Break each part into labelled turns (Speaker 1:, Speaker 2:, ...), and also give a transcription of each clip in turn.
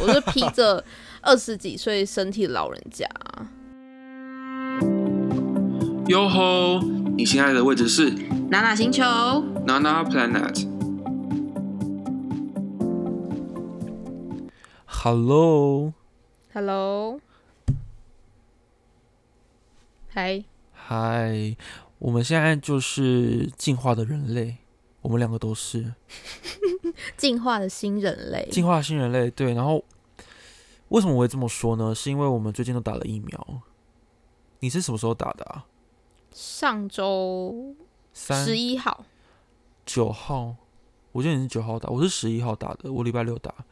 Speaker 1: 我是披着20几岁身体的老人家。
Speaker 2: 哟吼！你现在的位置是
Speaker 1: 娜娜星球
Speaker 2: Nana Planet。Hello，
Speaker 1: 嗨，
Speaker 2: 我们现在就是进化的人类，我们两个都是
Speaker 1: 进化的新人类。
Speaker 2: 对。然后为什么我会这么说呢？是因为我们最近都打了疫苗。你是什么时候打的啊？
Speaker 1: 上周11号、
Speaker 2: 9号，我记得你是9号打，我是11号打的，我礼拜6打。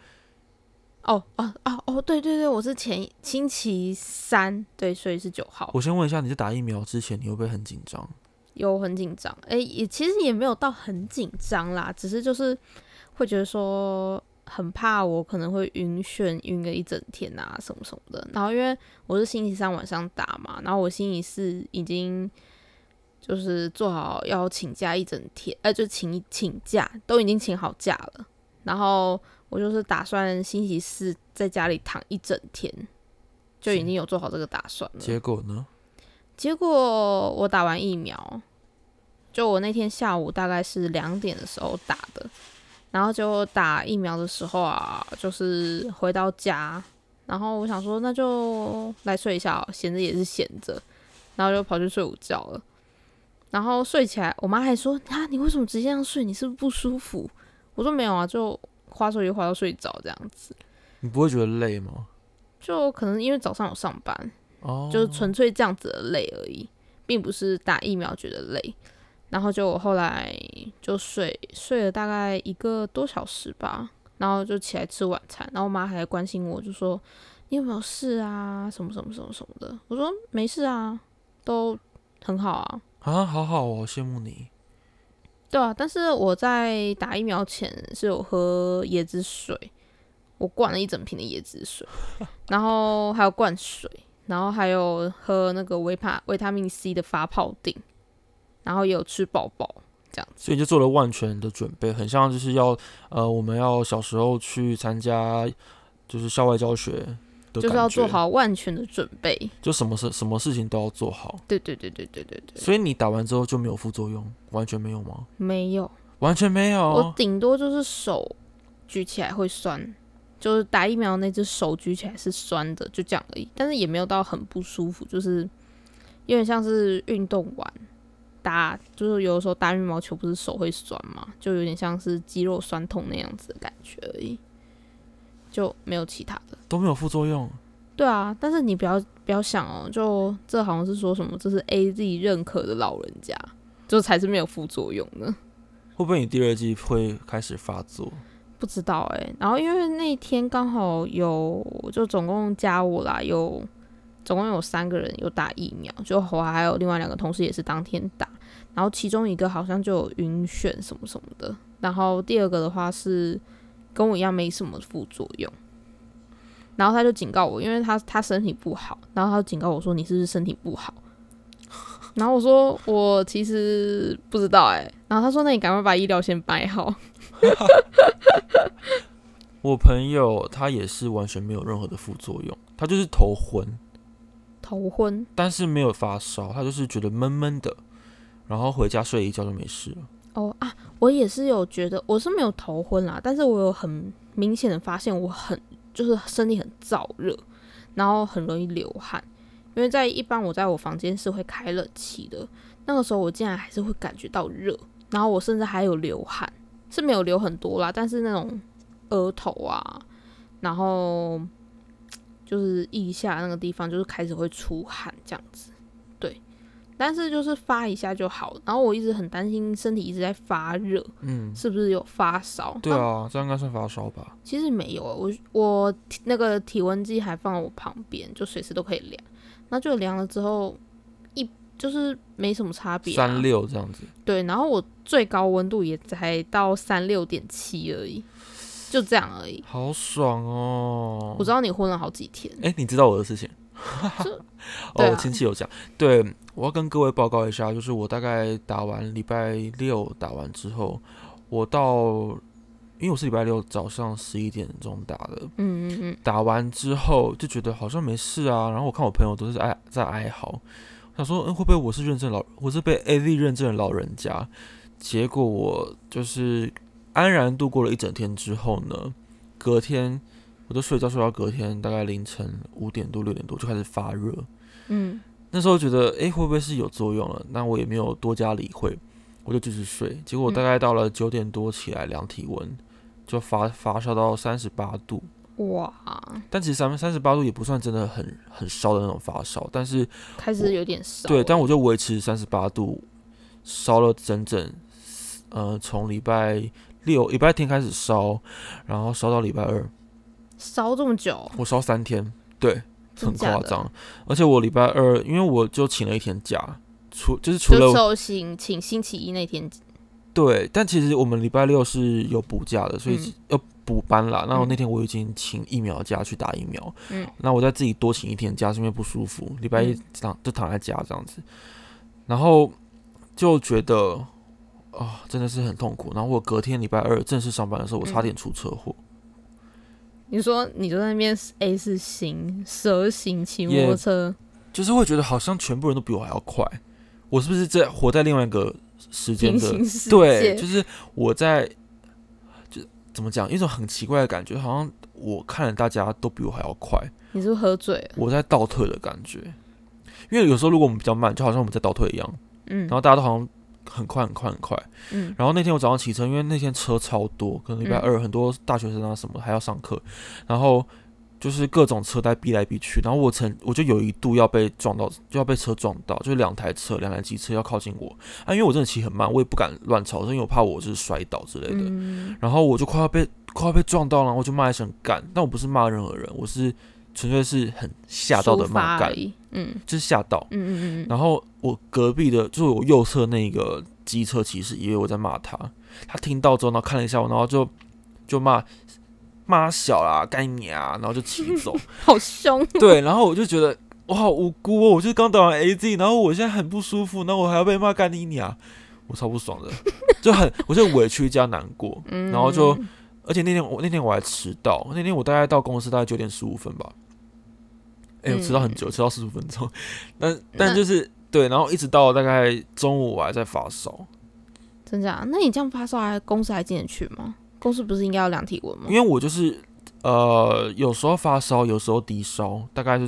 Speaker 1: 对，我是星期3，对，所以是9号。
Speaker 2: 我先问一下，你在打疫苗之前，你会不会很紧张？
Speaker 1: 有很紧张，其实也没有到很紧张啦，只是就是会觉得说很怕我可能会晕眩，晕个一整天啊什么什么的。然后因为我是星期3晚上打嘛，然后我星期4已经就是做好要请假一整天，就请假都已经请好假了，然后我就是打算星期4在家里躺一整天，就已经有做好这个打算了。
Speaker 2: 结果呢？
Speaker 1: 结果我打完疫苗，就我那天下午大概是2点的时候打的，然后就打疫苗的时候啊，就是回到家，然后我想说那就来睡一下，闲着也是闲着，然后就跑去睡午觉了。然后睡起来，我妈还说你为什么直接这样睡？你是不是不舒服？我说没有啊，就滑手机滑到睡着这样子。
Speaker 2: 你不会觉得累吗？
Speaker 1: 就可能因为早上有上班，就是纯粹这样子的累而已，并不是打疫苗觉得累。然后就我后来就睡了大概1个多小时吧，然后就起来吃晚餐，然后我妈还关心我，就说你有没有事啊，什么什么什么什么的。我说没事啊，都很好啊。
Speaker 2: 好好哦，羡慕你。
Speaker 1: 对啊，但是我在打疫苗前是有喝椰子水，我灌了一整瓶的椰子水，然后还有灌水，然后还有喝那个维他命 C 的发泡锭，然后也有吃饱饱这样子。
Speaker 2: 所以就做了万全的准备，很像就是我们要小时候去参加就是校外教学的感觉，
Speaker 1: 就是要做好万全的准备，
Speaker 2: 就什么事情都要做好。
Speaker 1: 对。
Speaker 2: 所以你打完之后就没有副作用，完全没有吗？
Speaker 1: 没有，
Speaker 2: 完全没有。
Speaker 1: 我顶多就是手举起来会酸，就是打疫苗那只手举起来是酸的，就这样而已。但是也没有到很不舒服，就是有点像是运动完就是有的时候打羽毛球不是手会酸嘛，就有点像是肌肉酸痛那样子的感觉而已，就没有其他的，
Speaker 2: 都没有副作用。
Speaker 1: 对啊，但是你不要想哦，就这好像是说什么这是 AZ 认可的老人家，就才是没有副作用的。
Speaker 2: 会不会你第2剂会开始发作？
Speaker 1: 不知道然后因为那天刚好就总共加我啦，总共有3个人有打疫苗，就我还有另外2个同事也是当天打，然后其中一个好像就有晕眩什么什么的，然后第2个的话是跟我一样没什么副作用，然后他就警告我，因为他身体不好，然后他就警告我说你是不是身体不好？然后我说我其实不知道然后他说那你赶快把医疗先摆好。
Speaker 2: 我朋友他也是完全没有任何的副作用，他就是头昏，但是没有发烧，他就是觉得闷闷的，然后回家睡一觉就没事了。
Speaker 1: 我也是有觉得，我是没有头昏啦，但是我有很明显的发现我就是身体很燥热，然后很容易流汗，因为一般我在我房间是会开冷气的，那个时候我竟然还是会感觉到热，然后我甚至还有流汗，是没有流很多啦，但是那种额头啊，然后就是腋下那个地方就是开始会出汗这样子，对，但是就是发一下就好了。然后我一直很担心身体一直在发热，是不是有发烧？
Speaker 2: 对啊，这样应该算发烧吧？
Speaker 1: 其实没有我那个体温计还放在我旁边，就随时都可以量。那就量了之后，就是没什么差别
Speaker 2: 36这样子。
Speaker 1: 对，然后我最高温度也才到36.7而已。就这样而已，
Speaker 2: 好爽哦！
Speaker 1: 我知道你昏了好几天，
Speaker 2: 你知道我的事情？我亲戚有讲。对，我要跟各位报告一下，就是我大概打完礼拜6打完之后，我到因为我是礼拜六早上11点钟打的，打完之后就觉得好像没事啊，然后我看我朋友都是在哀嚎，我想说，会不会我是被 AZ 认证的老人家？结果我就是安然度过了一整天之后呢，隔天我就睡到隔天大概凌晨5点多6点多就开始发热，那时候觉得会不会是有作用了？那我也没有多加理会，我就继续睡。结果我大概到了9点多起来量体温，就发烧到38度。
Speaker 1: 哇！
Speaker 2: 但其实38度也不算真的很烧的那种发烧，但是
Speaker 1: 开始有点烧。
Speaker 2: 对，但我就维持38度，烧了整整从礼拜天开始烧，然后烧到礼拜2，
Speaker 1: 烧这么久？
Speaker 2: 我烧3天，对，很夸张。而且我礼拜2，因为我就请了1天假，除了
Speaker 1: 请星期一那天。
Speaker 2: 对，但其实我们礼拜6是有补假的，所以要补班啦。那我那天我已经请疫苗假去打疫苗，那我再自己多请1天假，是因为不舒服，礼拜1就躺在家这样子，然后就觉得真的是很痛苦。然后我隔天礼拜2正式上班的时候，我差点出车祸。
Speaker 1: 你说你就在那边蛇行骑摩托车，
Speaker 2: 就是会觉得好像全部人都比我还要快，我是不是活在另外一个时间的？对，就是我在，就怎么讲，一种很奇怪的感觉，好像我看了大家都比我还要快。
Speaker 1: 你是不是喝醉了？
Speaker 2: 我在倒退的感觉，因为有时候如果我们比较慢，就好像我们在倒退一样。然后大家都好像很快。然后那天我早上骑车，因为那天车超多，可能礼拜2很多大学生啊什么还要上课，然后就是各种车在逼来逼去，然后我就有一度要被撞到，就要被车撞到，就是2台机车要靠近我因为我真的骑很慢，我也不敢乱超车，因为我怕我就是摔倒之类的。然后我就快要被撞到了，然后我就骂一声干，但我不是骂任何人，我是纯粹是很吓到的骂干，就是吓到。然后我隔壁的，就是我右侧那个机车骑士，以为我在骂他，他听到之后，然后看了一下我，然后就骂小啦，干你啊，然后就骑走，
Speaker 1: 好凶。
Speaker 2: 对，然后我就觉得我好无辜哦，我就是刚打完 AZ， 然后我现在很不舒服，然后我还要被骂干你啊，我超不爽的，我就委屈加难过，然后而且那天我还迟到，那天我大概到公司大概9点15分吧，我迟到很久，迟到45分钟，但就是对，然后一直到大概中午我还在发烧。
Speaker 1: 真假？那你这样发烧，公司还进得去吗？公司不是应该要量体温吗？
Speaker 2: 因为我就是有时候发烧，有时候低烧，大概是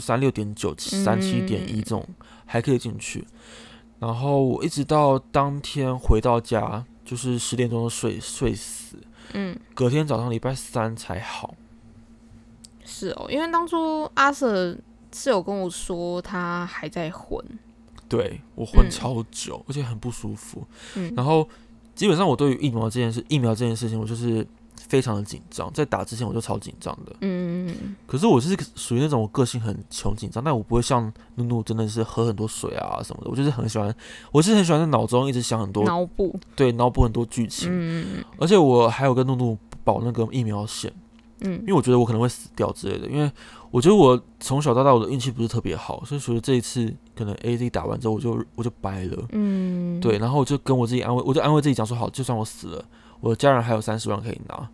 Speaker 2: 36.9、37.1这种还可以进去。然后我一直到当天回到家，就是10点钟睡死，隔天早上礼拜3才好。
Speaker 1: 是哦，因为当初阿 Sir 是有跟我说他还在混，
Speaker 2: 对，我混超久，而且很不舒服。然后基本上我对于疫苗这件事情，我就是非常的紧张，在打之前我就超紧张的。可是我是属于那种我个性很穷紧张，但我不会像怒怒真的是喝很多水啊什么的。我就是很喜欢在脑中一直想很多脑补很多剧情。而且我还有跟怒怒保那个疫苗险，因为我觉得我可能会死掉之类的。因为我觉得我从小到大我的运气不是特别好，所以觉得这一次可能 AZ 打完之后我就掰了。对，然后我就跟我自己我就安慰自己讲说，好，就算我死了，我的家人还有30万可以拿。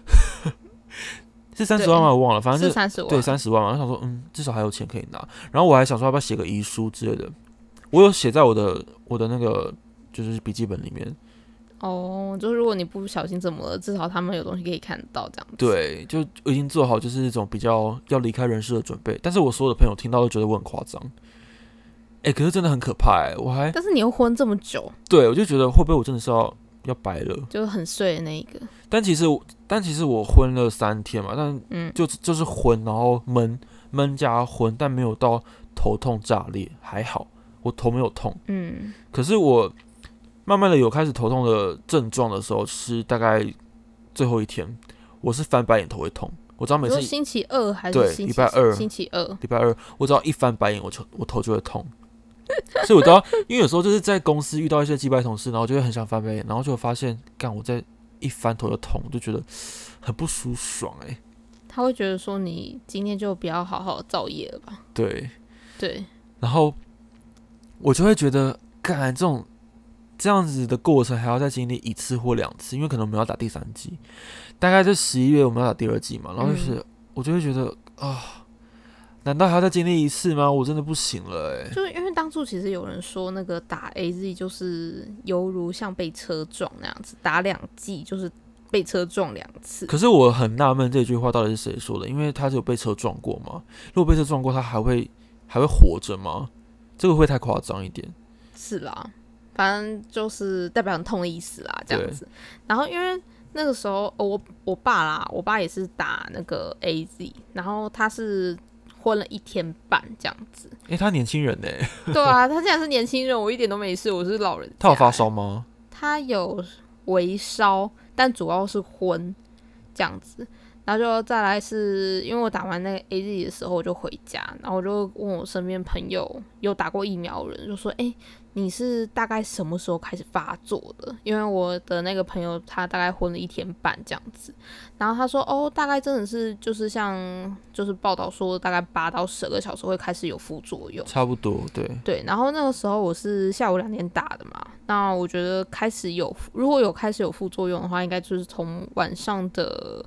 Speaker 2: 是30万吗？我忘了，反正
Speaker 1: 是30万。
Speaker 2: 对，30万嘛。我想说，至少还有钱可以拿。然后我还想说，要不要写个遗书之类的？我有写在我的那个就是笔记本里面。
Speaker 1: 就如果你不小心怎么了，至少他们有东西可以看到这样子。
Speaker 2: 对，就已经做好就是一种比较要离开人世的准备。但是我所有的朋友听到都觉得我很夸张。可是真的很可怕
Speaker 1: 但是你又昏这么久，
Speaker 2: 对，我就觉得会不会我真的是要白了，
Speaker 1: 就是很睡的那一个。
Speaker 2: 但其实我昏了3天嘛，但就是昏，然后闷加昏，但没有到头痛炸裂，还好我头没有痛。可是我慢慢的有开始头痛的症状的时候，是大概最后一天，我是翻白眼头会痛。我知道每次
Speaker 1: 星期2还是
Speaker 2: 对礼拜2，礼拜2我只要一翻白眼，我头就会痛。所以我知道，因为有时候就是在公司遇到一些击败同事，然后就会很想翻白眼，然后就发现，我在一翻头就痛，就觉得很不舒爽。
Speaker 1: 他会觉得说你今天就不要好好造业了吧？
Speaker 2: 对，
Speaker 1: 对。
Speaker 2: 然后我就会觉得，这种这样子的过程还要再经历1次或2次，因为可能我们要打第3剂，大概就11月我们要打第2剂嘛，然后就是我就会觉得难道还要再经历1次吗？我真的不行了
Speaker 1: 就是因为当初其实有人说那个打 AZ 就是犹如像被车撞那样子，打2剂就是被车撞2次。
Speaker 2: 可是我很纳闷这句话到底是谁说的？因为他是有被车撞过吗？如果被车撞过，他还会活着吗？这个会太夸张一点。
Speaker 1: 是啦，反正就是代表很痛的意思啦，这样子。然后因为那个时候我爸也是打那个 AZ， 然后他是昏了1天半这样子。
Speaker 2: 他年轻人呢？
Speaker 1: 对啊，他竟然是年轻人，我一点都没事，我是老人家。
Speaker 2: 他有发烧吗？
Speaker 1: 他有微烧，但主要是昏这样子。然后就再来是因为我打完那个 AZ 的时候我就回家，然后我就问我身边朋友有打过疫苗的人，就说你是大概什么时候开始发作的？因为我的那个朋友他大概昏了1天半这样子，然后他说大概真的是就是像就是报道说大概8到12个小时会开始有副作用，
Speaker 2: 差不多
Speaker 1: 对。然后那个时候我是下午2点打的嘛，那我觉得如果有开始有副作用的话，应该就是从晚上的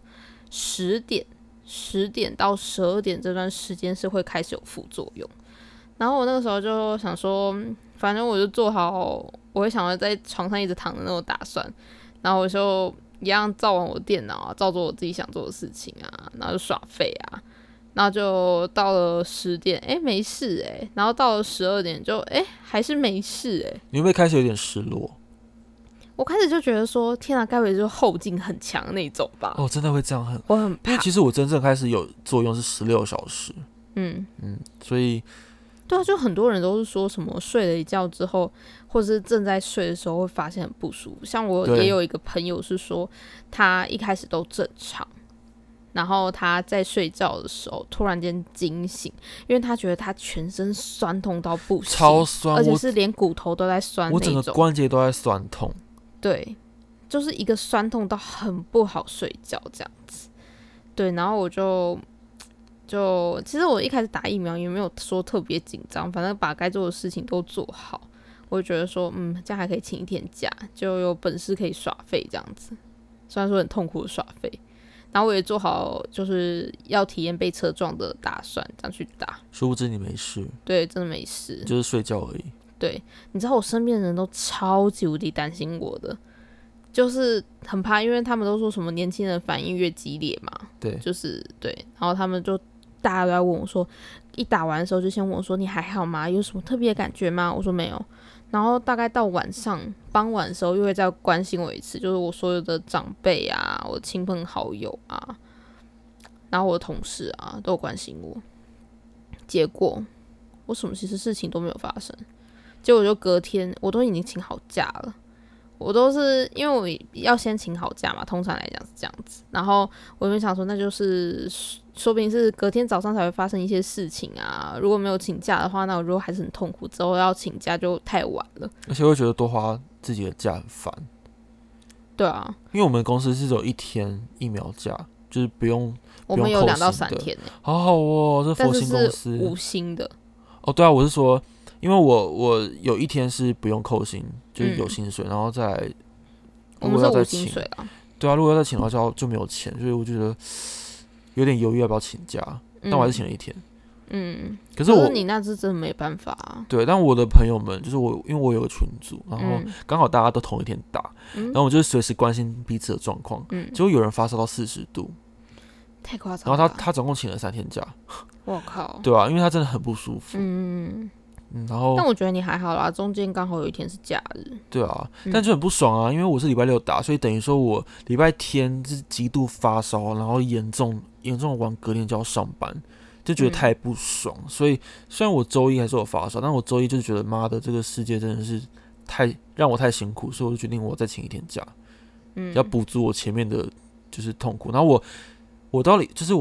Speaker 1: 10点到12点这段时间是会开始有副作用。然后我那个时候就想说，反正我就做好我会想要在床上一直躺的那种打算，然后我就一样照完我电脑照做我自己想做的事情啊，然后就耍废啊，然后就到了10点没事然后到了12点就还是没事
Speaker 2: 你会不会开始有点失落？
Speaker 1: 我开始就觉得说，天啊，该不会就是后劲很强那种吧？
Speaker 2: 真的会这样
Speaker 1: 我很怕。
Speaker 2: 因为其实我真正开始有作用是16小时。所以
Speaker 1: 对啊，就很多人都是说什么睡了一觉之后，或者是正在睡的时候会发现很不舒服。像我也有一个朋友是说，他一开始都正常，然后他在睡觉的时候突然间惊醒，因为他觉得他全身酸痛到不行，
Speaker 2: 超酸，
Speaker 1: 而且是连骨头都在酸那种，
Speaker 2: 我整个关节都在酸痛。
Speaker 1: 对，就是一个酸痛到很不好睡觉这样子。对，然后我就其实我一开始打疫苗也没有说特别紧张，反正把该做的事情都做好，我就觉得说这样还可以请1天假，就有本事可以耍废这样子，虽然说很痛苦的耍废。然后我也做好就是要体验被车撞的打算，这样去打。
Speaker 2: 殊不知你没事。
Speaker 1: 对，真的没事，
Speaker 2: 就是睡觉而已。
Speaker 1: 对，你知道我身边的人都超级无敌担心我的，就是很怕，因为他们都说什么年轻人反应越激烈嘛，
Speaker 2: 对，
Speaker 1: 就是对，然后他们就大家都在问我说，一打完的时候就先问我说你还好吗？有什么特别的感觉吗？我说没有。然后大概到傍晚的时候又会再关心我一次，就是我所有的长辈啊，我的亲朋好友啊，然后我的同事啊都有关心我。结果我什么其实事情都没有发生。结果就隔天我都已经请好假了，我都是因为我要先请好假嘛，通常来讲是这样子。然后我就想说，那就是说不定是隔天早上才会发生一些事情啊。如果没有请假的话，那我如果还是很痛苦，之后要请假就太晚了。
Speaker 2: 而且会觉得多花自己的假很烦。
Speaker 1: 对啊，
Speaker 2: 因为我们公司是只有1天疫苗假，就是不用
Speaker 1: 我们有2到3天
Speaker 2: 好好哦，这佛心公司，
Speaker 1: 但是是5星的。
Speaker 2: 对啊，我是说。因为我有1天是不用扣薪，就是有薪水，然后再来，
Speaker 1: 我们是5薪水啊。
Speaker 2: 对啊，如果要再请的话就没有钱，所以我觉得有点犹豫要不要请假，但我还是请了1天。可是
Speaker 1: 你那是真的没办法啊。
Speaker 2: 对，但我的朋友们就是因为我有个群组，然后刚好大家都同一天打，然后我就随时关心彼此的状况。结果有人发烧到40度，
Speaker 1: 太夸张了。
Speaker 2: 然后他总共请了3天假。
Speaker 1: 我靠。
Speaker 2: 对啊，因为他真的很不舒服。然后，
Speaker 1: 但我觉得你还好啦，中间刚好有1天是假日。
Speaker 2: 对啊，但就很不爽啊，因为我是礼拜6打，所以等于说我礼拜天是极度发烧，然后严重完隔天就要上班，就觉得太不爽。所以虽然我周一还是有发烧，但我周一就是觉得妈的，这个世界真的是让我太辛苦，所以我就决定我再请1天假，要补足我前面的就是痛苦。然后我到底就是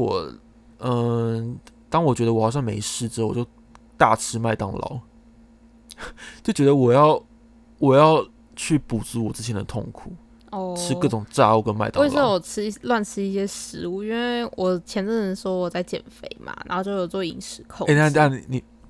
Speaker 2: 当我觉得我好像没事之后，我就大吃麦当劳，就觉得我要去补足我之前的痛苦。吃各种炸物跟麦当劳。
Speaker 1: 我也是有乱吃一些食物，因为我前阵子说我在减肥嘛，然后就有做饮食控制。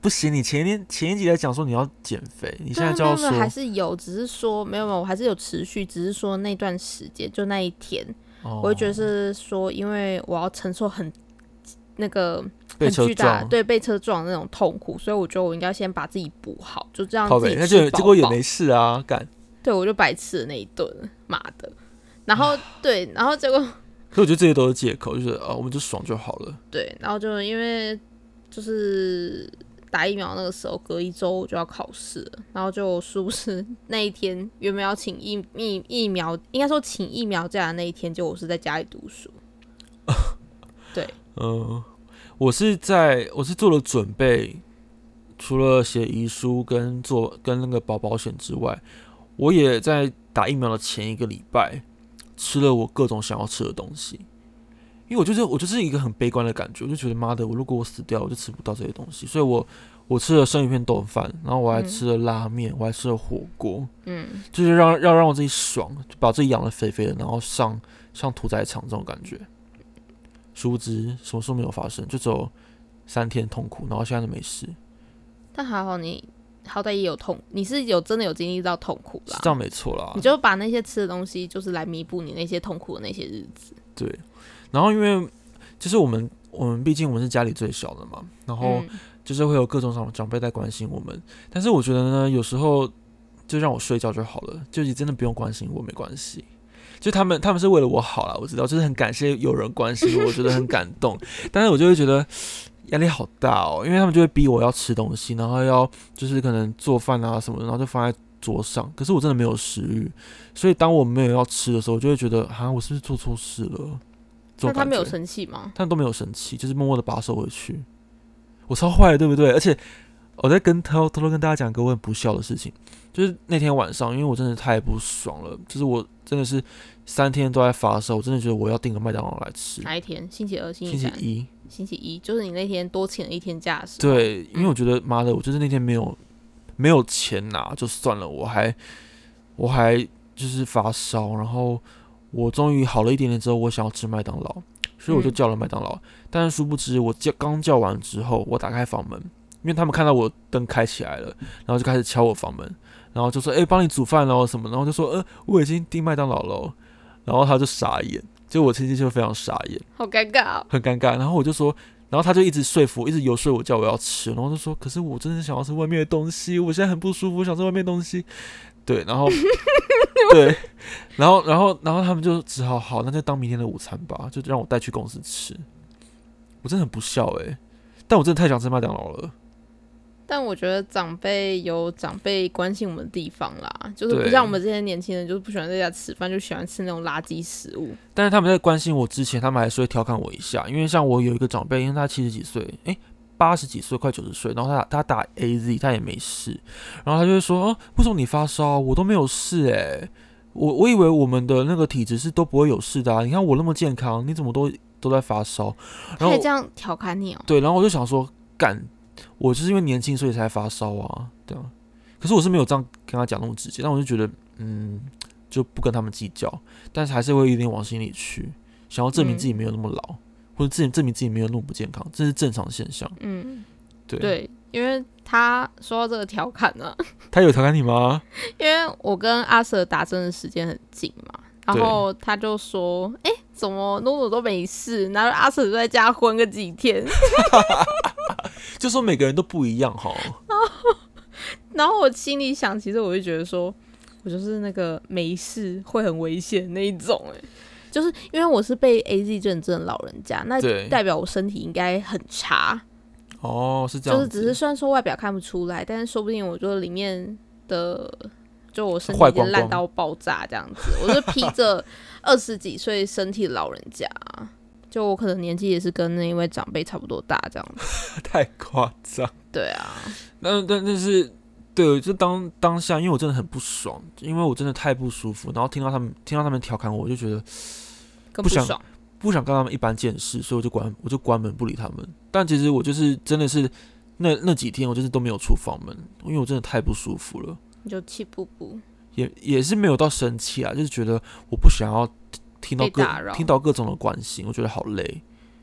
Speaker 2: 不行，你前一集来讲说你要减肥，你现在就要说
Speaker 1: 还是有，只是说没有，我还是有持续，只是说那段时间就那一天，我会觉得是说，因为我要承受很巨大对被车撞的那种痛苦，所以我觉得我应该先把自己补好，就这样自己吃饱饱。
Speaker 2: 结果也没事啊，干。
Speaker 1: 对，我就白吃了那一顿，妈的。然后对，然后结果，
Speaker 2: 可我觉得这些都是借口，就是我们就爽就好了。
Speaker 1: 对，然后就因为就是打疫苗那个时候，隔1周我就要考试了，然后就殊不知那一天原本要请疫苗，应该说请疫苗假的那一天，就我是在家里读书。对，
Speaker 2: 我是做了准备，除了写遗书跟那个保保险之外，我也在打疫苗的前1个礼拜吃了我各种想要吃的东西，因为我就是一个很悲观的感觉，我就觉得妈的，如果我死掉，我就吃不到这些东西，所以我吃了生鱼片豆饭，然后我还吃了拉面，我还吃了火锅，就是让我自己爽，就把自己养得肥肥的，然后上屠宰场这种感觉。殊不知什么事都没有发生，就只有3天痛苦，然后现在都没事。
Speaker 1: 但还好你好歹也有痛，你是真的有经历到痛苦啦，
Speaker 2: 是这样没错啦。
Speaker 1: 你就把那些吃的东西，就是来弥补你那些痛苦的那些日子。
Speaker 2: 对，然后因为就是我们毕竟我们是家里最小的嘛，然后就是会有各种长辈在关心我们，但是我觉得呢，有时候就让我睡觉就好了，就你真的不用关心我没关系。就他们是为了我好啦，我知道，就是很感谢有人关心我，我觉得很感动。但是我就会觉得压力好大哦，因为他们就会逼我要吃东西，然后要就是可能做饭啊什么的，然后就放在桌上。可是我真的没有食欲，所以当我没有要吃的时候，我就会觉得我是不是做错事了？
Speaker 1: 那他没有生气吗？
Speaker 2: 他们都没有生气，就是默默的把它收回去。我超坏的，对不对？而且我在偷偷跟大家讲一个我很不孝的事情，就是那天晚上，因为我真的太不爽了，就是我真的是3天都在发烧，我真的觉得我要订个麦当劳来吃。
Speaker 1: 哪一天？星期2、星期3、星期1，就是你那天多请了1天假的时候。
Speaker 2: 对，因为我觉得妈的，我就是那天没有钱拿就算了，我还就是发烧，然后我终于好了一点点之后，我想要吃麦当劳，所以我就叫了麦当劳。但是殊不知，我刚叫完之后，我打开房门，因为他们看到我灯开起来了，然后就开始敲我房门，然后就说：“帮你煮饭咯什么。”然后就说：“我已经订麦当劳了。”然后他就傻眼，就我亲戚就非常傻眼，
Speaker 1: 好尴尬哦，
Speaker 2: 很尴尬。然后我就说，然后他就一直一直游说我叫我要吃，然后就说：“可是我真的想要吃外面的东西，我现在很不舒服，我想吃外面的东西。”对，然后对，然后他们就只好，那就当明天的午餐吧，就让我带去公司吃。我真的很不孝但我真的太想吃麦当劳了。
Speaker 1: 但我觉得长辈有长辈关心我们的地方啦，就是不像我们这些年轻人，就是不喜欢在家吃饭，就喜欢吃那种垃圾食物。
Speaker 2: 但是他们在关心我之前，他们还是会调侃我一下，因为像我有一个长辈，因为他70几岁，80几岁，快90岁，然后他打 AZ， 他也没事，然后他就会说：“为什么你发烧？我都没有事我以为我们的那个体质是都不会有事的啊，你看我那么健康，你怎么都在发烧？”然后
Speaker 1: 可以这样调侃你哦。
Speaker 2: 对，然后我就想说，干，我就是因为年轻所以才发烧啊，对啊。可是我是没有这样跟他讲那么直接，但我就觉得，就不跟他们计较，但是还是会有点往心里去，想要证明自己没有那么老，或者证明自己没有那么不健康，这是正常现象。对，
Speaker 1: 因为他说到这个调侃呢，
Speaker 2: 他有调侃你吗？
Speaker 1: 因为我跟阿 Sir 打针的时间很近嘛，然后他就说：“怎么诺诺都没事，然后阿 Sir 就在家混个几天。”
Speaker 2: 就说每个人都不一样哈。
Speaker 1: 然后我心里想，其实我就觉得说，我就是那个没事会很危险那一种就是因为我是被 AZ 认证的老人家，那代表我身体应该很差。
Speaker 2: 是这样子，
Speaker 1: 就是只是虽然说外表看不出来，但是说不定我就里面的，就我身体已经烂到爆炸这样子。我是披着20几岁身体的老人家，就我可能年纪也是跟那一位长辈差不多大这样子。
Speaker 2: 太夸张。
Speaker 1: 对啊，
Speaker 2: 但是对，就当下，因为我真的很不爽，因为我真的太不舒服，然后听到他们调侃我，就觉得
Speaker 1: 更不爽。
Speaker 2: 不想跟他们一般见识，所以我就关门不理他们。但其实我就是真的是那几天我就是都没有出房门，因为我真的太不舒服了。
Speaker 1: 你就气不不，
Speaker 2: 也是没有到生气啊，就是觉得我不想要听到各种的关心，我觉得好累。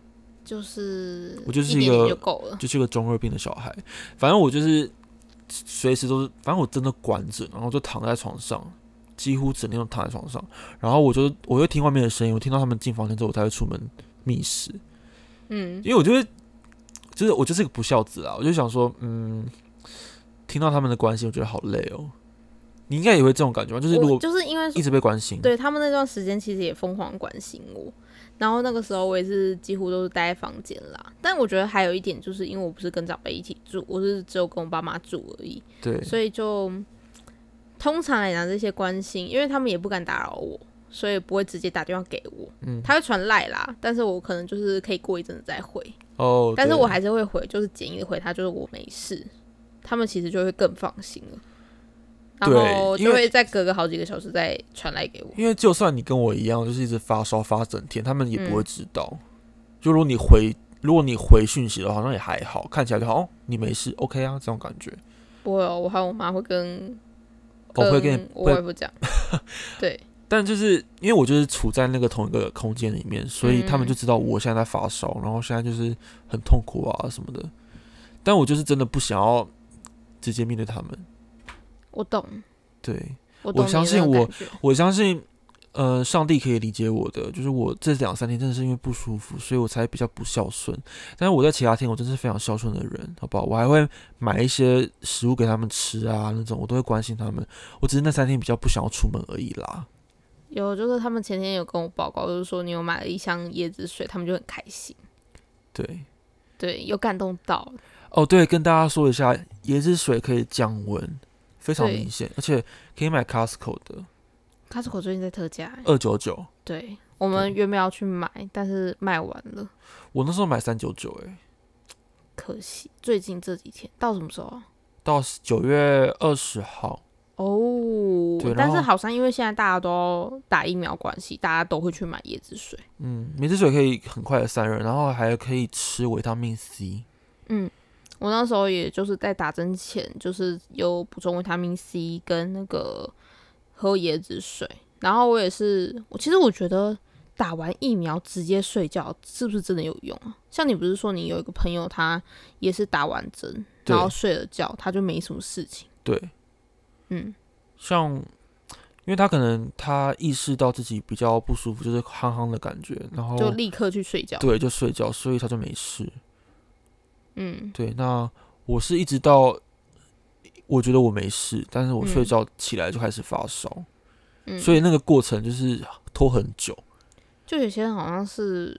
Speaker 1: 就是
Speaker 2: 我就是
Speaker 1: 一点点就够了，
Speaker 2: 就是一个中二病的小孩。反正我就是随时都是，反正我真的关着，然后就躺在床上，几乎整天都躺在床上。然后我会听外面的声音，我听到他们进房间之后，我才会出门觅食。因为我觉得，就是我就是个不孝子啊，我就想说，听到他们的关心，我觉得好累哦。你应该也会这种感觉吗？就是如果
Speaker 1: 就是因为
Speaker 2: 一直被关心，
Speaker 1: 对他们那段时间其实也疯狂关心我。然后那个时候我也是几乎都是待在房间啦，但我觉得还有一点就是因为我不是跟长辈一起住，我是只有跟我爸妈住而已，
Speaker 2: 对，
Speaker 1: 所以就通常来讲这些关心，因为他们也不敢打扰我，所以不会直接打电话给我，他会传赖啦，但是我可能就是可以过一阵子再回，但是我还是会回，就是简易的回他，就是我没事，他们其实就会更放心了。然后就会再隔个好几个小时再传来给我。因
Speaker 2: 为就算你跟我一样，就是一直发烧发整天，他们也不会知道。就如果你回讯息的话，好像也还好，看起来就好，你没事 ，OK 啊，这种感觉。
Speaker 1: 不会哦，我和我妈会跟
Speaker 2: 会跟
Speaker 1: 我外婆讲。对。
Speaker 2: 但就是因为我就是处在那个同一个空间里面，所以他们就知道我现在在发烧，然后现在就是很痛苦啊什么的。但我就是真的不想要直接面对他们。
Speaker 1: 我懂，
Speaker 2: 对，
Speaker 1: 我
Speaker 2: 相信我相信，上帝可以理解我的，就是我这2-3天真的是因为不舒服，所以我才比较不孝顺。但是我在其他天，我真是非常孝顺的人，好不好？我还会买一些食物给他们吃啊，那种我都会关心他们。我只是那3天比较不想要出门而已啦。
Speaker 1: 有，就是他们前天有跟我报告，就是说你有买了一箱椰子水，他们就很开心。对，有感动到。
Speaker 2: 哦，对，跟大家说一下，椰子水可以降温。非常明显，而且可以买 Costco 的。
Speaker 1: Costco 最近在特价
Speaker 2: ，299。
Speaker 1: 对，我们原本要去买，但是卖完了。
Speaker 2: 我那时候买399，
Speaker 1: 可惜。最近这几天到什么时候啊？
Speaker 2: 到9月20号。
Speaker 1: 哦，对，但是好像因为现在大家都打疫苗关系，大家都会去买椰子水。
Speaker 2: 椰子水可以很快的散热，然后还可以吃维他命 C。
Speaker 1: 我那时候也就是在打针前，就是有补充维他命 C 跟那个喝椰子水，然后我也是，其实我觉得打完疫苗直接睡觉是不是真的有用啊？像你不是说你有一个朋友他也是打完针，然后睡了觉，他就没什么事情。
Speaker 2: 对，像因为他可能他意识到自己比较不舒服，就是憨憨的感觉，然后
Speaker 1: 就立刻去睡觉。
Speaker 2: 对，就睡觉，所以他就没事。对，那我是一直到我觉得我没事，但是我睡觉起来就开始发烧，所以那个过程就是拖很久。
Speaker 1: 就有些人好像是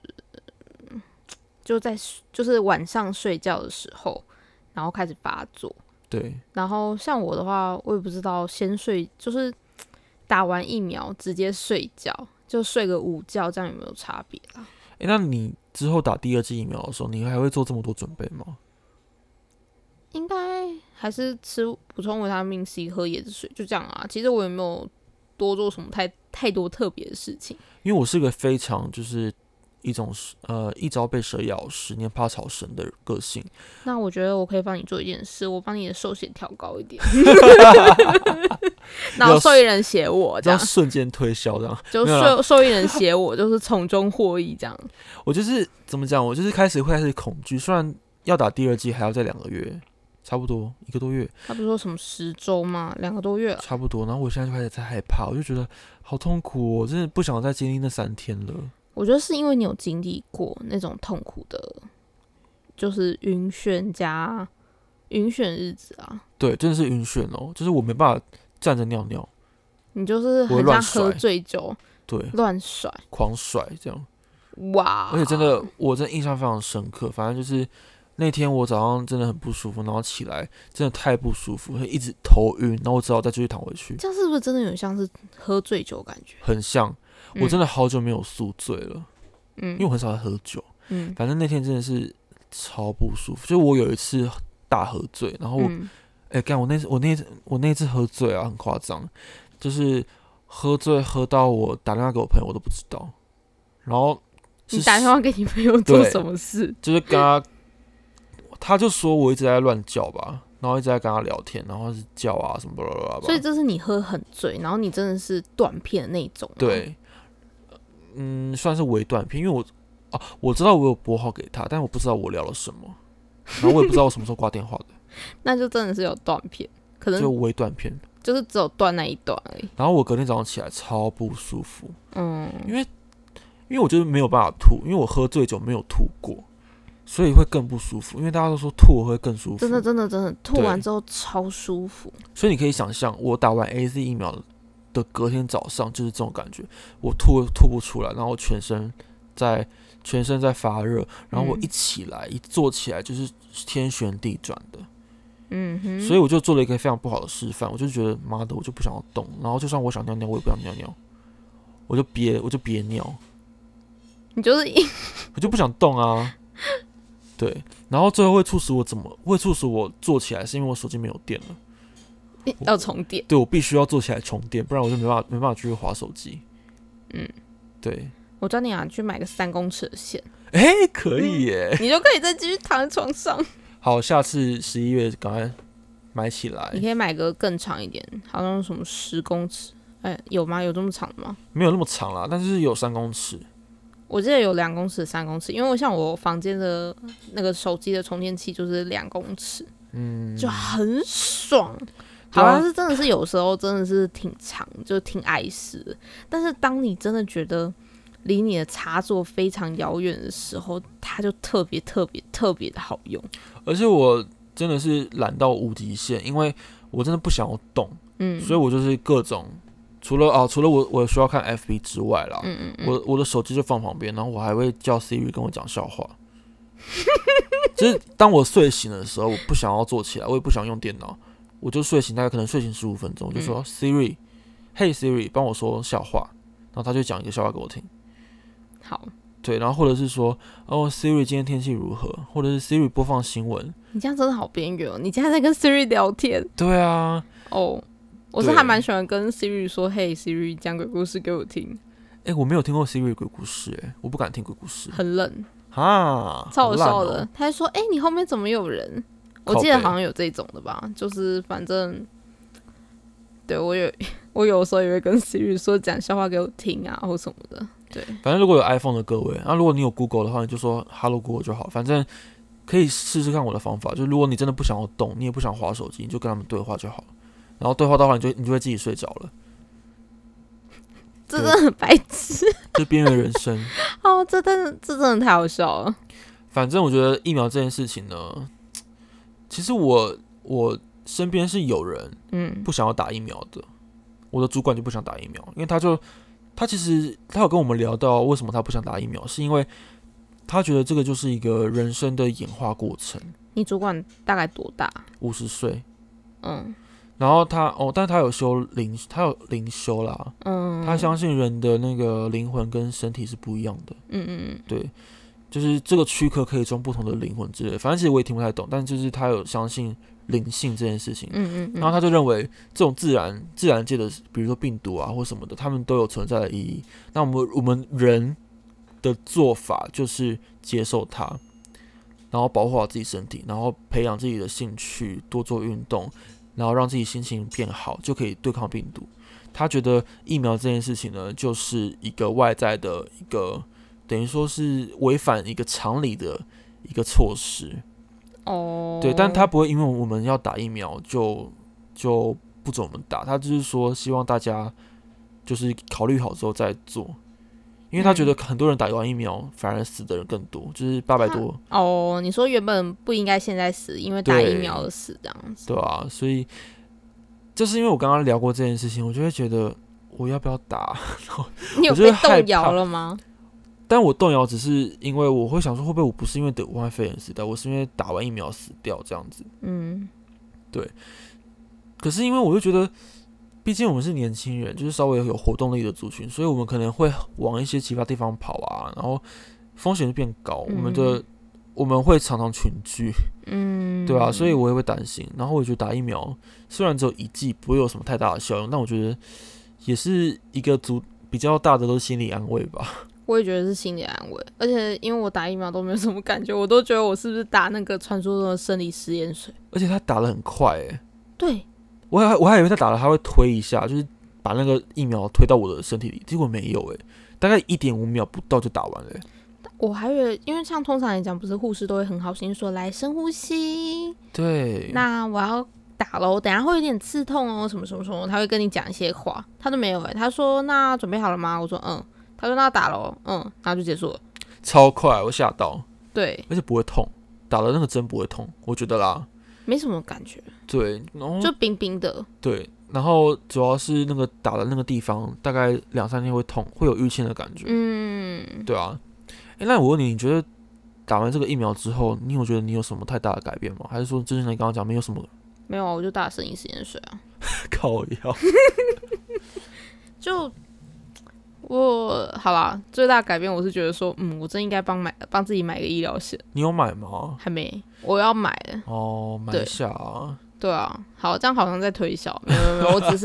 Speaker 1: 就是晚上睡觉的时候，然后开始发作。
Speaker 2: 对，
Speaker 1: 然后像我的话，我也不知道先睡，就是打完疫苗直接睡觉，就睡个午觉，这样有没有差别啊？
Speaker 2: 那你之后打第2剂疫苗的时候，你还会做这么多准备吗？
Speaker 1: 应该还是吃补充维他命 C， 喝椰子水，就这样啊。其实我也没有多做什么太多特别的事情，
Speaker 2: 因为我是个非常就是一朝被蛇咬，10年怕草绳的个性。
Speaker 1: 那我觉得我可以帮你做一件事，我帮你的寿险调高一点，然后受益人写我这样
Speaker 2: 瞬间推销这样，
Speaker 1: 就受益人写我，就是从中获益这样。
Speaker 2: 我就是怎么讲，我就是开始恐惧，虽然要打第2剂还要再2个月，差不多1个多月。
Speaker 1: 他不是说什么10周吗？2个多月
Speaker 2: 差不多。然后我现在就开始在害怕，我就觉得好痛苦我真的不想再经历那3天了。
Speaker 1: 我觉得是因为你有经历过那种痛苦的，就是晕眩日子啊。
Speaker 2: 对，真的是晕眩哦，就是我没办法站着尿尿，
Speaker 1: 你就是很像喝醉酒，
Speaker 2: 对，
Speaker 1: 乱甩，
Speaker 2: 狂甩这样。
Speaker 1: 哇！
Speaker 2: 而且我真的印象非常深刻。反正就是那天我早上真的很不舒服，然后起来真的太不舒服，一直头晕，然后我只好再继续躺回去。
Speaker 1: 这样是不是真的有像是喝醉酒的感觉？
Speaker 2: 很像。我真的好久没有宿醉了，因为我很少在喝酒。反正那天真的是超不舒服，就我有一次大喝醉，然后我那次喝醉啊，很夸张，就是喝醉喝到我打电话给我朋友我都不知道，然后
Speaker 1: 你打电话给你朋友做什么事？
Speaker 2: 就是跟他就说我一直在乱叫吧，然后一直在跟他聊天，然后是叫啊什么巴拉巴拉。
Speaker 1: 所以这是你喝很醉，然后你真的是断片的那种。
Speaker 2: 对。算是微断片，因为哦，我知道我有拨号给他，但我不知道我聊了什么，然后我也不知道我什么时候挂电话的。
Speaker 1: 那就真的是有断片，可能
Speaker 2: 就微断片，
Speaker 1: 就是只有断那一段而已。
Speaker 2: 然后我隔天早上起来超不舒服，因为我就是没有办法吐，因为我喝醉酒没有吐过，所以会更不舒服。因为大家都说吐会更舒服，
Speaker 1: 真的吐完之后超舒服。
Speaker 2: 所以你可以想象，我打完 AZ 疫苗的隔天早上就是这种感觉，我吐不出来，然后我全身在发热，然后我一起来一坐起来就是天旋地转的。所以我就做了一个非常不好的示范，我就觉得妈的，我就不想要动，然后就算我想尿尿，我也不想尿尿，我就憋尿。
Speaker 1: 你就是
Speaker 2: 我就不想动啊，对，然后最后会促使我坐起来，是因为我手机没有电了，
Speaker 1: 要充电。
Speaker 2: 对，我必须要坐起来充电，不然我就没办法继续滑手机。对，
Speaker 1: 我叫你去买个3公尺的线，
Speaker 2: 可以耶，
Speaker 1: 你就可以再继续躺在床上。
Speaker 2: 好，下次11月赶快买起来。
Speaker 1: 你可以买个更长一点，好像什么10公尺，有吗？有这么长的吗？
Speaker 2: 没有那么长啦，但是有3公尺。
Speaker 1: 我记得有2公尺、3公尺，因为像我房间的那个手机的充电器就是2公尺，就很爽。好像是真的是有时候真的是挺长，就挺碍事的。但是当你真的觉得离你的插座非常遥远的时候，它就特别的好用。
Speaker 2: 而且我真的是懒到无极限，因为我真的不想要动，所以我就是各种。除了我需要看 FB 之外啦，我的手机就放旁边，然后我还会叫 Siri 跟我讲笑话。就是当我睡醒的时候，我不想要坐起来，我也不想用电脑，我就睡醒，大概可能睡醒15分钟，我就说 Siri，Hey Siri， 帮我说笑话，然后他就讲一个笑话给我听。
Speaker 1: 好，
Speaker 2: 对，然后或者是说Siri 今天天气如何，或者是 Siri 播放新闻。
Speaker 1: 你这样真的好边缘哦，你现在在跟 Siri 聊天。
Speaker 2: 对啊，
Speaker 1: 我是还蛮喜欢跟 Siri 说，嘿 Siri 讲鬼故事给我听。
Speaker 2: 我没有听过 Siri 鬼故事，我不敢听鬼故事，
Speaker 1: 很冷
Speaker 2: 啊，
Speaker 1: 超好笑的。他还说，你后面怎么有人？我记得好像有这种的吧，就是反正，对我有时候也会跟 Siri 说讲笑话给我听啊，或什么的。对，
Speaker 2: 反正如果有 iPhone 的各位，如果你有 Google 的话，你就说 Hello Google 就好，反正可以试试看我的方法。就如果你真的不想要动，你也不想滑手机，你就跟他们对话就好了。然后对话到后来你就会自己睡着了。
Speaker 1: 这真的很白痴，
Speaker 2: 这边缘人生。
Speaker 1: 这真的太好笑了。
Speaker 2: 反正我觉得疫苗这件事情呢，其实我身边是有人不想要打疫苗的，我的主管就不想打疫苗，因为他其实有跟我们聊到为什么他不想打疫苗，是因为他觉得这个就是一个人生的演化过程。
Speaker 1: 你主管大概多大
Speaker 2: ？50岁。然后但他有灵修啦，他相信人的那个灵魂跟身体是不一样的，对，就是这个躯壳可以装不同的灵魂之类的，反正其实我也听不太懂，但就是他有相信灵性这件事情，然后他就认为这种自然界的，比如说病毒啊或什么的，他们都有存在的意义，那我们人的做法就是接受它，然后保护好自己身体，然后培养自己的兴趣，多做运动，然后让自己心情变好，就可以对抗病毒。他觉得疫苗这件事情呢，就是一个外在的一个，等于说是违反一个常理的一个措施。对，但他不会因为我们要打疫苗就不准我们打，他就是说希望大家就是考虑好之后再做。因为他觉得很多人打完疫苗反而死的人更多，就是800多。
Speaker 1: 你说原本不应该现在死，因为打疫苗而死这样子。
Speaker 2: 对啊，所以就是因为我刚刚聊过这件事情，我就会觉得我要不要打？
Speaker 1: 你有被动摇了吗？
Speaker 2: 但我动摇只是因为我会想说，会不会我不是因为得武汉肺炎死掉，我是因为打完疫苗死掉这样子。对。可是因为我就觉得，毕竟我们是年轻人，就是稍微有活动力的族群，所以我们可能会往一些其他地方跑啊，然后风险就变高。我们会常常群聚，对啊，所以我也会担心。然后我觉得打疫苗虽然只有1剂，不会有什么太大的效用，但我觉得也是一个比较大的都是心理安慰吧。
Speaker 1: 我也觉得是心理安慰，而且因为我打疫苗都没有什么感觉，我都觉得我是不是打那个传说中的生理食盐水？
Speaker 2: 而且他打得很快
Speaker 1: 对。
Speaker 2: 我还以为他打了他会推一下，就是把那个疫苗推到我的身体里，结果没有大概1.5秒不到就打完了
Speaker 1: 我还以为，因为像通常来讲，不是护士都会很好心说来深呼吸，
Speaker 2: 对，
Speaker 1: 那我要打咯，等一下会有点刺痛哦，什么什么什么，他会跟你讲一些话，他都没有他说那准备好了吗？我说嗯，他说那打咯，然后就结束了，
Speaker 2: 超快，我吓到，
Speaker 1: 对，
Speaker 2: 而且不会痛，打的那个针不会痛，我觉得啦，
Speaker 1: 没什么感觉，
Speaker 2: 对，然后
Speaker 1: 就冰冰的，
Speaker 2: 对，然后主要是那个打的那个地方，大概2-3天会痛，会有淤青的感觉，对啊，那我问你，你觉得打完这个疫苗之后，你有觉得你有什么太大的改变吗？还是说之前你刚刚讲没有什么？
Speaker 1: 没有，我就打生理食盐水啊，
Speaker 2: 靠腰，
Speaker 1: 就我好啦，最大的改变我是觉得说，我真应该帮自己买个医疗险。
Speaker 2: 你有买吗？
Speaker 1: 还没，我要买了。
Speaker 2: 哦，买一下啊。
Speaker 1: 对啊，好，这样好像在推销，没有，我只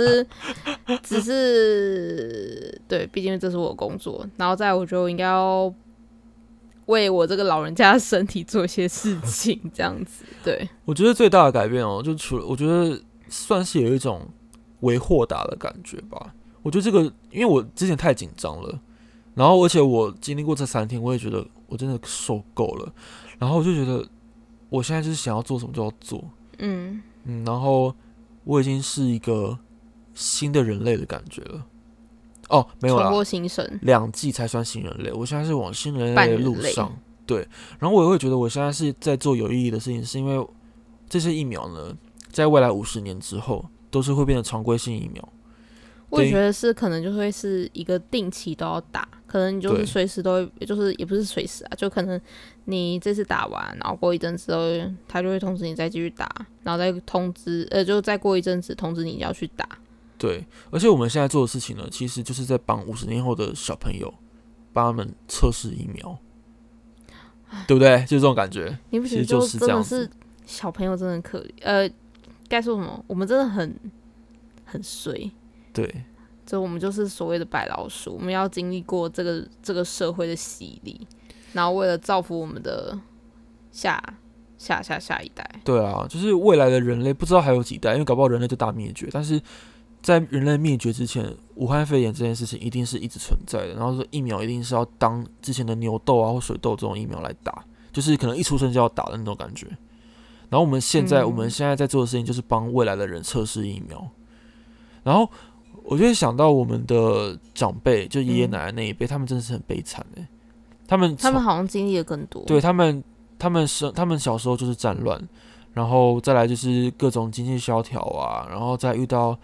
Speaker 1: 是对，毕竟这是我的工作，然后再来我觉得我应该要为我这个老人家的身体做一些事情，这样子。对，
Speaker 2: 我觉得最大的改变就除了我觉得算是有一种为豁达的感觉吧。我觉得这个，因为我之前太紧张了，然后而且我经历过这3天，我也觉得我真的受够了，然后我就觉得我现在就是想要做什么就要做，然后我已经是一个新的人类的感觉了。哦，没有啦，
Speaker 1: 重获新生
Speaker 2: ，2季才算新人类，我现在是往新人类的路上。对，然后我也会觉得我现在是在做有意义的事情，是因为这些疫苗呢，在未来50年之后，都是会变成常规性疫苗。
Speaker 1: 我也觉得是，可能就会是一个定期都要打，可能你就是随时都会，就是也不是随时啊，就可能你这次打完，然后过一阵子之后，他就会通知你再继续打，然后再通知，就再过一阵子通知你要去打。
Speaker 2: 对，而且我们现在做的事情呢，其实就是在帮50年后的小朋友，帮他们测试疫苗，对不对？就是这种感觉。
Speaker 1: 你不觉得
Speaker 2: 就是这样子？
Speaker 1: 真的是小朋友真的很可怜？该说什么？我们真的很衰。
Speaker 2: 对，
Speaker 1: 就我们就是所谓的白老鼠，我们要经历过这个社会的洗礼，然后为了造福我们的下一代。
Speaker 2: 对啊，就是未来的人类不知道还有几代，因为搞不好人类就大灭绝。但是在人类灭绝之前，武汉肺炎这件事情一定是一直存在的。然后说疫苗一定是要当之前的牛痘啊或水痘这种疫苗来打，就是可能一出生就要打的那种感觉。然后我们现在在做的事情就是帮未来的人测试疫苗，然后。我就会想到我们的长辈，就爷爷奶奶那一辈，他们真的是很悲惨的。他们
Speaker 1: 好像经历的更多。
Speaker 2: 对他们小时候就是战乱，然后再来就是各种经济萧条啊，然后再遇到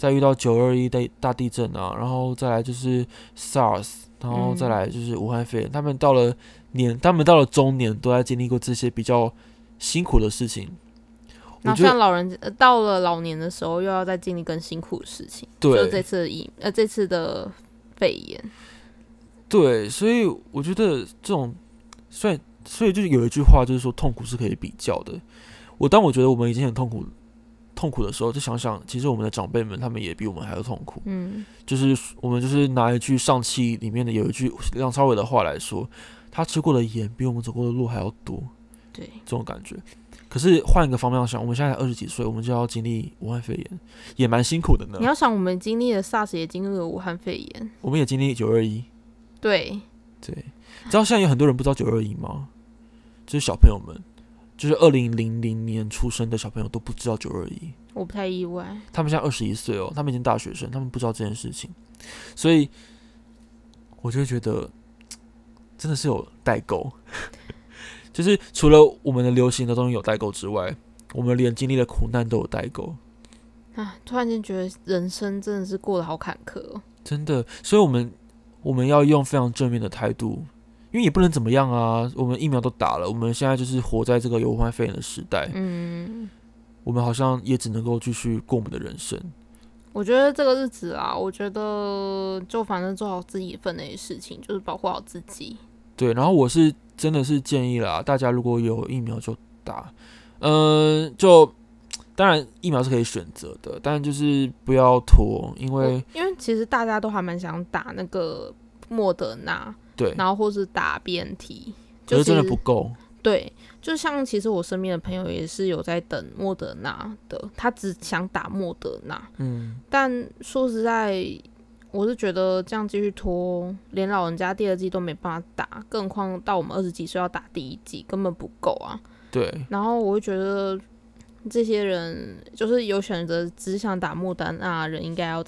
Speaker 2: 921的大地震啊，然后再来就是 SARS， 然后再来就是武汉肺炎。他们到了中年，都在经历过这些比较辛苦的事情。
Speaker 1: 然后像到了老年的时候，又要再经历更辛苦的事情，
Speaker 2: 对，
Speaker 1: 就是这次的肺炎。
Speaker 2: 对，所以我觉得这种，所以就是有一句话，就是说痛苦是可以比较的。当我觉得我们已经很痛苦的时候，就想想，其实我们的长辈们他们也比我们还要痛苦。就是我们就是拿一句上汽里面的有一句梁朝伟的话来说，他吃过的盐比我们走过的路还要多。
Speaker 1: 对，
Speaker 2: 这种感觉。可是换一个方面想，我们现在才20几岁，我们就要经历武汉肺炎，也蛮辛苦的呢。
Speaker 1: 你要想，我们经历了 SARS， 也经历了武汉肺炎，
Speaker 2: 我们也经历921。
Speaker 1: 对，
Speaker 2: 你知道现在有很多人不知道921吗？就是小朋友们，就是2000年出生的小朋友都不知道921。
Speaker 1: 我不太意外。
Speaker 2: 他们现在21岁哦，他们已经大学生，他们不知道这件事情，所以我就会觉得真的是有代沟。就是除了我们的流行的东西有代沟之外，我们连经历的苦难都有代沟。
Speaker 1: 突然间觉得人生真的是过得好坎坷哦。
Speaker 2: 真的，所以我们要用非常正面的态度，因为也不能怎么样啊。我们疫苗都打了，我们现在就是活在这个有武汉肺炎的时代。我们好像也只能够继续过我们的人生。
Speaker 1: 我觉得这个日子啊，我觉得就反正做好自己分内的事情，就是保护好自己。
Speaker 2: 对，然后我是真的是建议啦，大家如果有疫苗就打，就当然疫苗是可以选择的，但就是不要拖，因为
Speaker 1: 其实大家都还蛮想打那个莫德纳，
Speaker 2: 对，
Speaker 1: 然后或是打 BNT，
Speaker 2: 可是真的不够。
Speaker 1: 对，就像其实我身边的朋友也是有在等莫德纳的，他只想打莫德纳，但说实在， 我是觉得这样继续拖，连老人家第二季都没办法打，更何况到我们20几岁要打第一季，根本不够啊。
Speaker 2: 对。
Speaker 1: 然后我会觉得这些人就是有选择只想打莫德纳的人，应该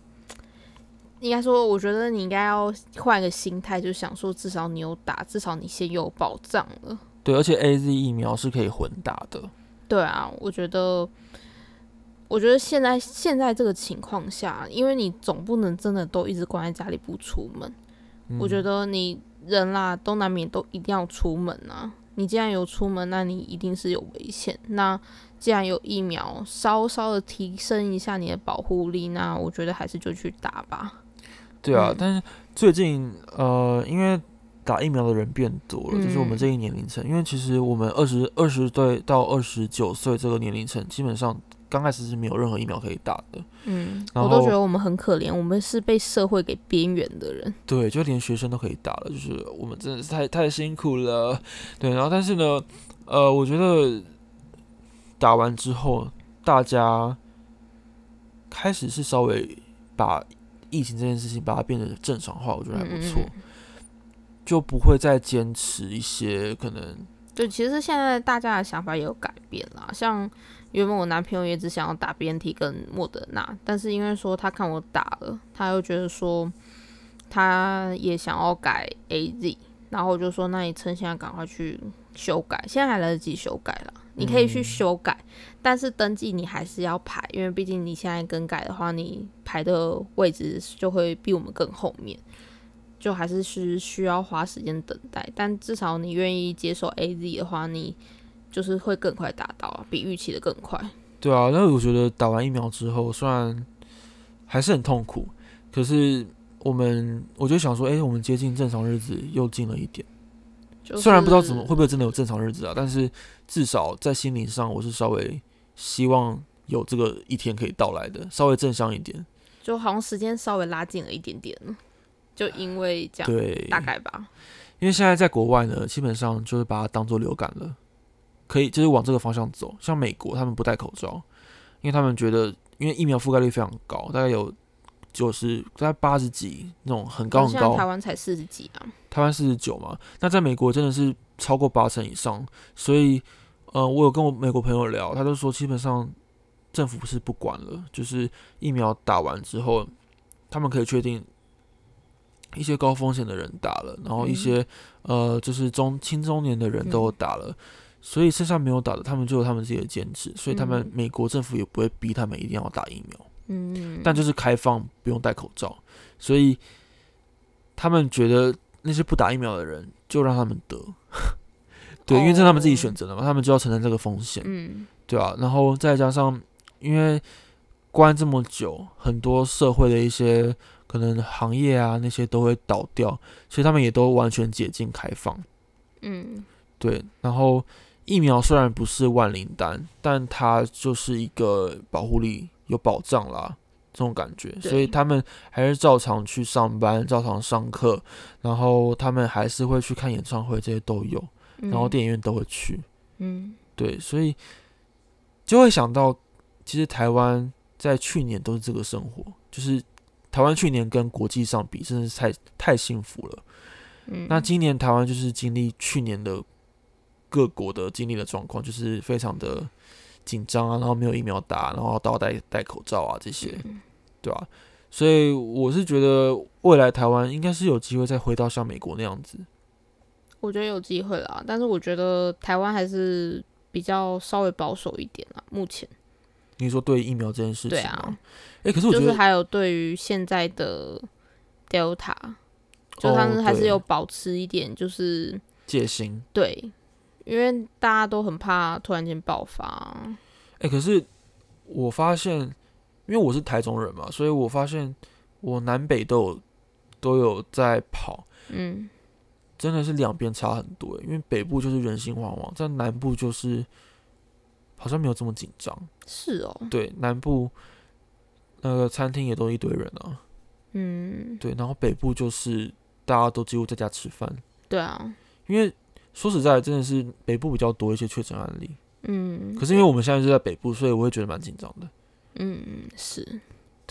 Speaker 1: 说，我觉得你应该要换一个心态，就想说至少你有打，至少你先有保障了。
Speaker 2: 对，而且 AZ 疫苗是可以混打的。
Speaker 1: 对啊，我觉得现在这个情况下，因为你总不能真的都一直关在家里不出门。我觉得你人啦都难免都一定要出门啊。你既然有出门，那你一定是有危险。那既然有疫苗，稍稍的提升一下你的保护力，那我觉得还是就去打吧。
Speaker 2: 对啊，但是最近因为打疫苗的人变多了，就是我们这一年龄层，因为其实我们20岁到29岁这个年龄层，基本上刚开始是没有任何疫苗可以打的。
Speaker 1: 我都觉得我们很可怜，我们是被社会给边缘的人。
Speaker 2: 对，就连学生都可以打了，就是我们真的是太辛苦了。对，然后但是呢，我觉得打完之后，大家开始是稍微把疫情这件事情把它变得正常化，我觉得还不错。就不会再坚持一些可能。
Speaker 1: 对，其实现在大家的想法也有改变啦。像原本我男朋友也只想要打 BNT 跟莫德纳，但是因为说他看我打了，他又觉得说他也想要改 AZ， 然后我就说那你趁现在赶快去修改，现在还来得及修改啦，你可以去修改，但是登记你还是要排，因为毕竟你现在更改的话，你排的位置就会比我们更后面。就还是需要花时间等待，但至少你愿意接受 AZ 的话，你就是会更快打到啊，比预期的更快。
Speaker 2: 对啊，那我觉得打完疫苗之后，虽然还是很痛苦，可是我就想说，我们接近正常日子又近了一点。虽然不知道会不会真的有正常日子啊，但是至少在心灵上，我是稍微希望有这个一天可以到来的，稍微正向一点。
Speaker 1: 就好像时间稍微拉近了一点点了。就因为这样，对，大概吧。
Speaker 2: 因为现在在国外呢，基本上就是把它当做流感了，可以就是往这个方向走。像美国，他们不戴口罩，因为他们觉得，因为疫苗覆盖率非常高，大概有大概80几那种很高很高。
Speaker 1: 现在台湾才40几啊，
Speaker 2: 台湾49嘛。那在美国真的是超过80%以上，所以我有跟我美国朋友聊，他就说基本上政府是不管了，就是疫苗打完之后，他们可以确定。一些高风险的人打了，然后一些就是青中年的人都有打了，所以剩下没有打的，他们就有他们自己的坚持，所以他们美国政府也不会逼他们一定要打疫苗，但就是开放不用戴口罩，所以他们觉得那些不打疫苗的人就让他们得，对，因为这是他们自己选择的嘛，他们就要承担这个风险，对吧？然后再加上因为关这么久，很多社会的一些。可能行业啊那些都会倒掉，所以他们也都完全解禁开放。对。然后疫苗虽然不是万灵丹，但它就是一个保护力有保障啦，这种感觉。所以他们还是照常去上班，照常上课，然后他们还是会去看演唱会，这些都有。然后电影院都会去。对，所以就会想到，其实台湾在去年都是这个生活，就是。台湾去年跟国际上比，真的是太幸福了。那今年台湾就是经历去年的各国的经历的状况，就是非常的紧张啊，然后没有疫苗打，然后都要戴口罩啊这些，对吧？所以我是觉得未来台湾应该是有机会再回到像美国那样子。
Speaker 1: 我觉得有机会啦，但是我觉得台湾还是比较稍微保守一点啦，目前。
Speaker 2: 你说对疫苗这件事情，对
Speaker 1: 啊，
Speaker 2: 可是我觉得
Speaker 1: 就是还有对于现在的 Delta， 就他们还是有保持一点就是
Speaker 2: 戒心，
Speaker 1: 对，因为大家都很怕突然间爆发。
Speaker 2: 可是我发现，因为我是台中人嘛，所以我发现我南北都有在跑，真的是两边差很多，因为北部就是人心惶惶，在南部就是好像没有这么紧张。
Speaker 1: 是哦，
Speaker 2: 对，南部那个餐厅也都一堆人啊，对，然后北部就是大家都几乎在家吃饭。
Speaker 1: 对啊，
Speaker 2: 因为说实在，真的是北部比较多一些确诊案例。可是因为我们现在是在北部，所以我会觉得蛮紧张的。
Speaker 1: 是。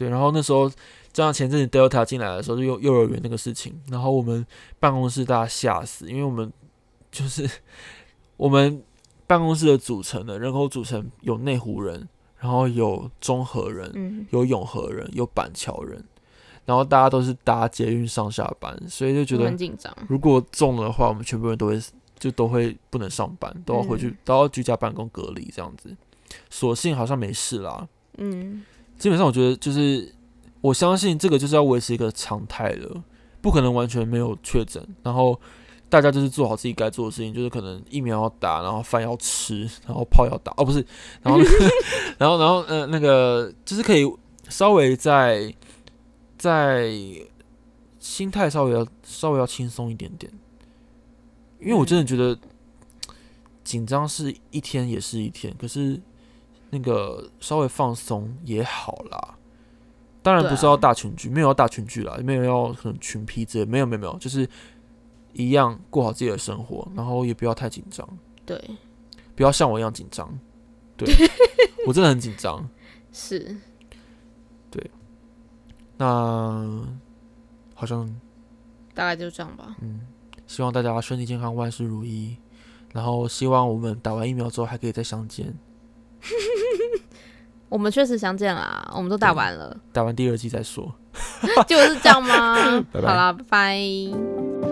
Speaker 2: 对，然后那时候加上前阵子 Delta 进来的时候，就幼儿园那个事情，然后我们办公室大家吓死，因为我们办公室的组成的人口组成有内湖人，然后有中和人，有永和人，有板桥人，然后大家都是搭捷运上下班，所以就觉得
Speaker 1: 很紧张。如
Speaker 2: 果中了的话，我们全部人都会不能上班，都要回去，都要居家办公隔离这样子。所幸好像没事啦。基本上我觉得就是我相信这个就是要维持一个常态了，不可能完全没有确诊，然后大家就是做好自己该做的事情，就是可能疫苗要打，然后饭要吃，然后炮要打，不是，然后那个就是可以稍微在心态稍微要轻松一点点，因为我真的觉得紧张是一天也是一天，可是那个稍微放松也好啦。当然不是要大群聚，没有要大群聚啦，没有要可能群批之类，没有，就是一样过好自己的生活，然后也不要太紧张。
Speaker 1: 对，
Speaker 2: 不要像我一样紧张。对，我真的很紧张。
Speaker 1: 是。
Speaker 2: 对，那好像
Speaker 1: 大概就这样吧。
Speaker 2: 希望大家身体健康，万事如意。然后希望我们打完疫苗之后还可以再相见。
Speaker 1: 我们确实相见啦，我们都打完了，
Speaker 2: 打完第2剂再说。
Speaker 1: 就是这样吗？
Speaker 2: 拜拜。
Speaker 1: 好啦，拜拜。